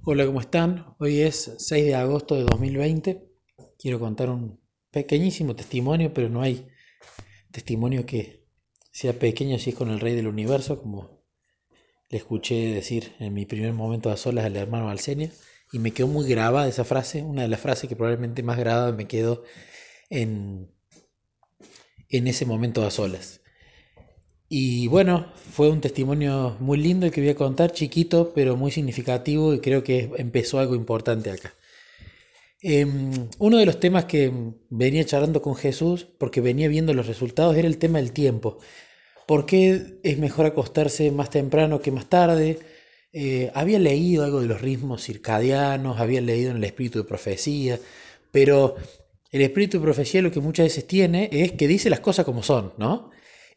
Hola, ¿cómo están? Hoy es 6 de agosto de 2020. Quiero contar un pequeñísimo testimonio, pero no hay testimonio que sea pequeño si es con el Rey del Universo, como le escuché decir en mi primer momento a solas al hermano Alsenia, y me quedó muy grabada esa frase, una de las frases que probablemente más grabada me quedó en, en ese momento a solas. Y bueno, fue un testimonio muy lindo el que voy a contar, chiquito, pero muy significativo, y creo que empezó algo importante acá. Uno de los temas que venía charlando con Jesús, porque venía viendo los resultados, era el tema del tiempo. ¿Por qué es mejor acostarse más temprano que más tarde? Había leído algo de los ritmos circadianos, había leído en el espíritu de profecía, pero el espíritu de profecía lo que muchas veces tiene es que dice las cosas como son, ¿no?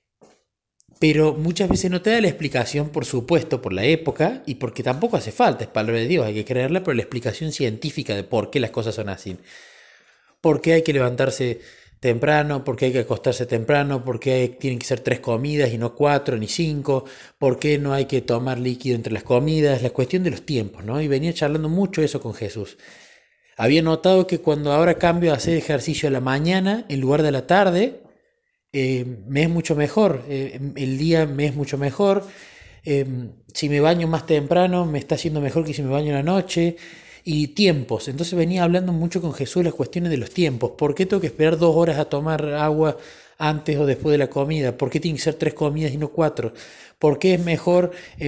Pero muchas veces no te da la explicación, por supuesto, por la época y porque tampoco hace falta, es palabra de Dios, hay que creerla, pero la explicación científica de por qué las cosas son así. ¿Por qué hay que levantarse temprano? ¿Por qué hay que acostarse temprano? ¿Por qué tienen que ser 3 comidas y no 4 ni 5? ¿Por qué no hay que tomar líquido entre las comidas? La cuestión de los tiempos, ¿no? Y venía charlando mucho eso con Jesús. Había notado que cuando ahora cambio a hacer ejercicio a la mañana en lugar de a la tarde, me es mucho mejor, el día me es mucho mejor, si me baño más temprano me está haciendo mejor que si me baño en la noche, y tiempos. Entonces venía hablando mucho con Jesús las cuestiones de los tiempos. ¿Por qué tengo que esperar 2 horas a tomar agua antes o después de la comida? ¿Por qué tiene que ser 3 comidas y no 4? ¿Por qué es mejor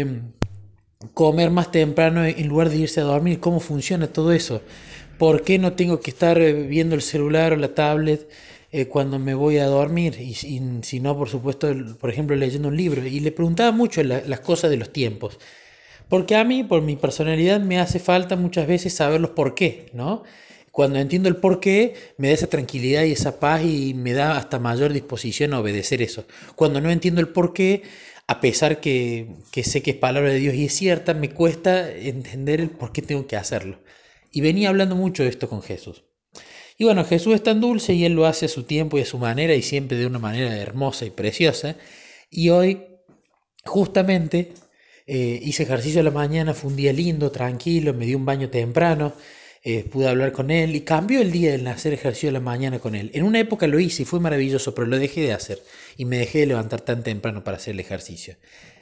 comer más temprano en lugar de irse a dormir? ¿Cómo funciona todo eso? ¿Por qué no tengo que estar viendo el celular o la tablet cuando me voy a dormir? Y si no, por supuesto, por ejemplo, leyendo un libro. Y le preguntaba mucho las cosas de los tiempos. Porque a mí, por mi personalidad, me hace falta muchas veces saber los por qué, ¿no? Cuando entiendo el por qué, me da esa tranquilidad y esa paz y me da hasta mayor disposición a obedecer eso. Cuando no entiendo el por qué, a pesar que sé que es palabra de Dios y es cierta, me cuesta entender el por qué tengo que hacerlo. Y venía hablando mucho de esto con Jesús. Y bueno, Jesús es tan dulce y Él lo hace a su tiempo y a su manera y siempre de una manera hermosa y preciosa. Y hoy justamente hice ejercicio a la mañana, fue un día lindo, tranquilo, me di un baño temprano, pude hablar con él y cambió el día el hacer ejercicio a la mañana con él. En una época lo hice y fue maravilloso, pero lo dejé de hacer y me dejé de levantar tan temprano para hacer el ejercicio.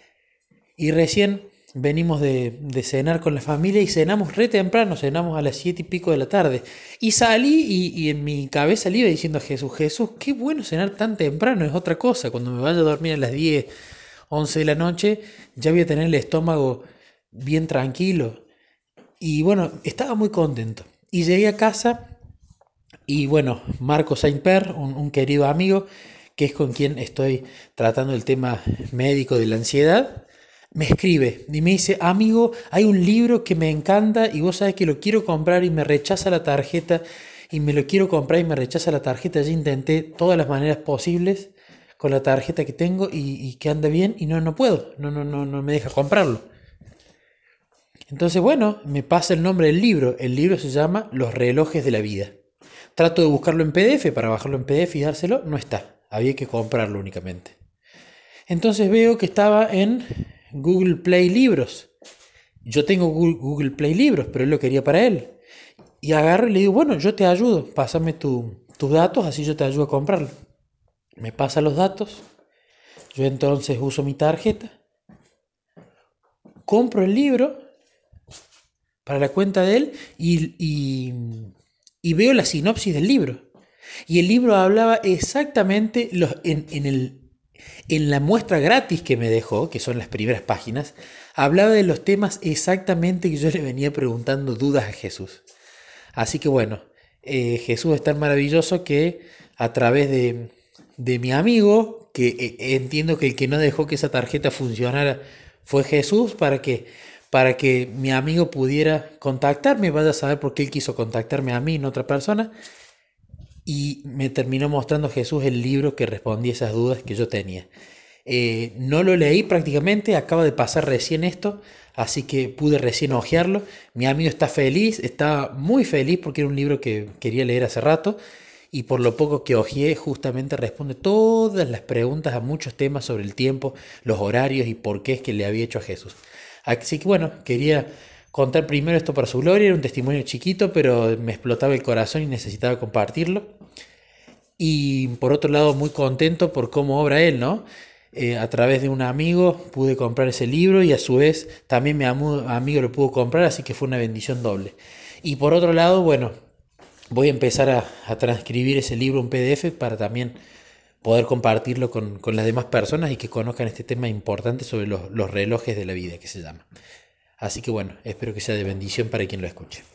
Y recién venimos de cenar con la familia y cenamos re temprano, cenamos a las 7:00 y pico de la tarde. Y salí y en mi cabeza le iba diciendo a Jesús, Jesús, qué bueno cenar tan temprano, es otra cosa. Cuando me vaya a dormir a las 10 11 de la noche, ya voy a tener el estómago bien tranquilo. Y bueno, estaba muy contento. Y llegué a casa y bueno, Marco Saint-Per, un querido amigo, que es con quien estoy tratando el tema médico de la ansiedad, me escribe y me dice, amigo, hay un libro que me encanta y vos sabés que lo quiero comprar y me rechaza la tarjeta y me lo quiero comprar y me rechaza la tarjeta. Ya intenté todas las maneras posibles con la tarjeta que tengo y que anda bien y no puedo, no me deja comprarlo. Entonces, bueno, me pasa el nombre del libro. El libro se llama Los relojes de la vida. Trato de buscarlo en PDF para bajarlo en PDF y dárselo. No está. Había que comprarlo únicamente. Entonces veo que estaba en Google Play Libros. Yo tengo Google Play Libros, pero él lo quería para él. Y agarro y le digo, bueno, yo te ayudo. Pásame tus datos, así yo te ayudo a comprarlo. Me pasa los datos. Yo entonces uso mi tarjeta. Compro el libro para la cuenta de él y veo la sinopsis del libro. Y el libro hablaba exactamente en la muestra gratis que me dejó, que son las primeras páginas, hablaba de los temas exactamente que yo le venía preguntando dudas a Jesús. Así que bueno, Jesús es tan maravilloso que a través de mi amigo, que entiendo que el que no dejó que esa tarjeta funcionara fue Jesús, para que mi amigo pudiera contactarme, vaya a saber por qué él quiso contactarme a mí, no a otra persona, y me terminó mostrando Jesús el libro que respondía a esas dudas que yo tenía. No lo leí prácticamente, acaba de pasar recién esto, así que pude recién hojearlo. Mi amigo está feliz, está muy feliz porque era un libro que quería leer hace rato y por lo poco que hojeé justamente responde todas las preguntas a muchos temas sobre el tiempo, los horarios y por qué es que le había hecho a Jesús. Así que bueno, quería contar primero esto para su gloria, era un testimonio chiquito, pero me explotaba el corazón y necesitaba compartirlo. Y por otro lado, muy contento por cómo obra él, ¿no? A través de un amigo pude comprar ese libro y a su vez también mi amigo lo pudo comprar, así que fue una bendición doble. Y por otro lado, bueno, voy a empezar a transcribir ese libro en PDF para también poder compartirlo con las demás personas y que conozcan este tema importante sobre los relojes de la vida que se llama. Así que bueno, espero que sea de bendición para quien lo escuche.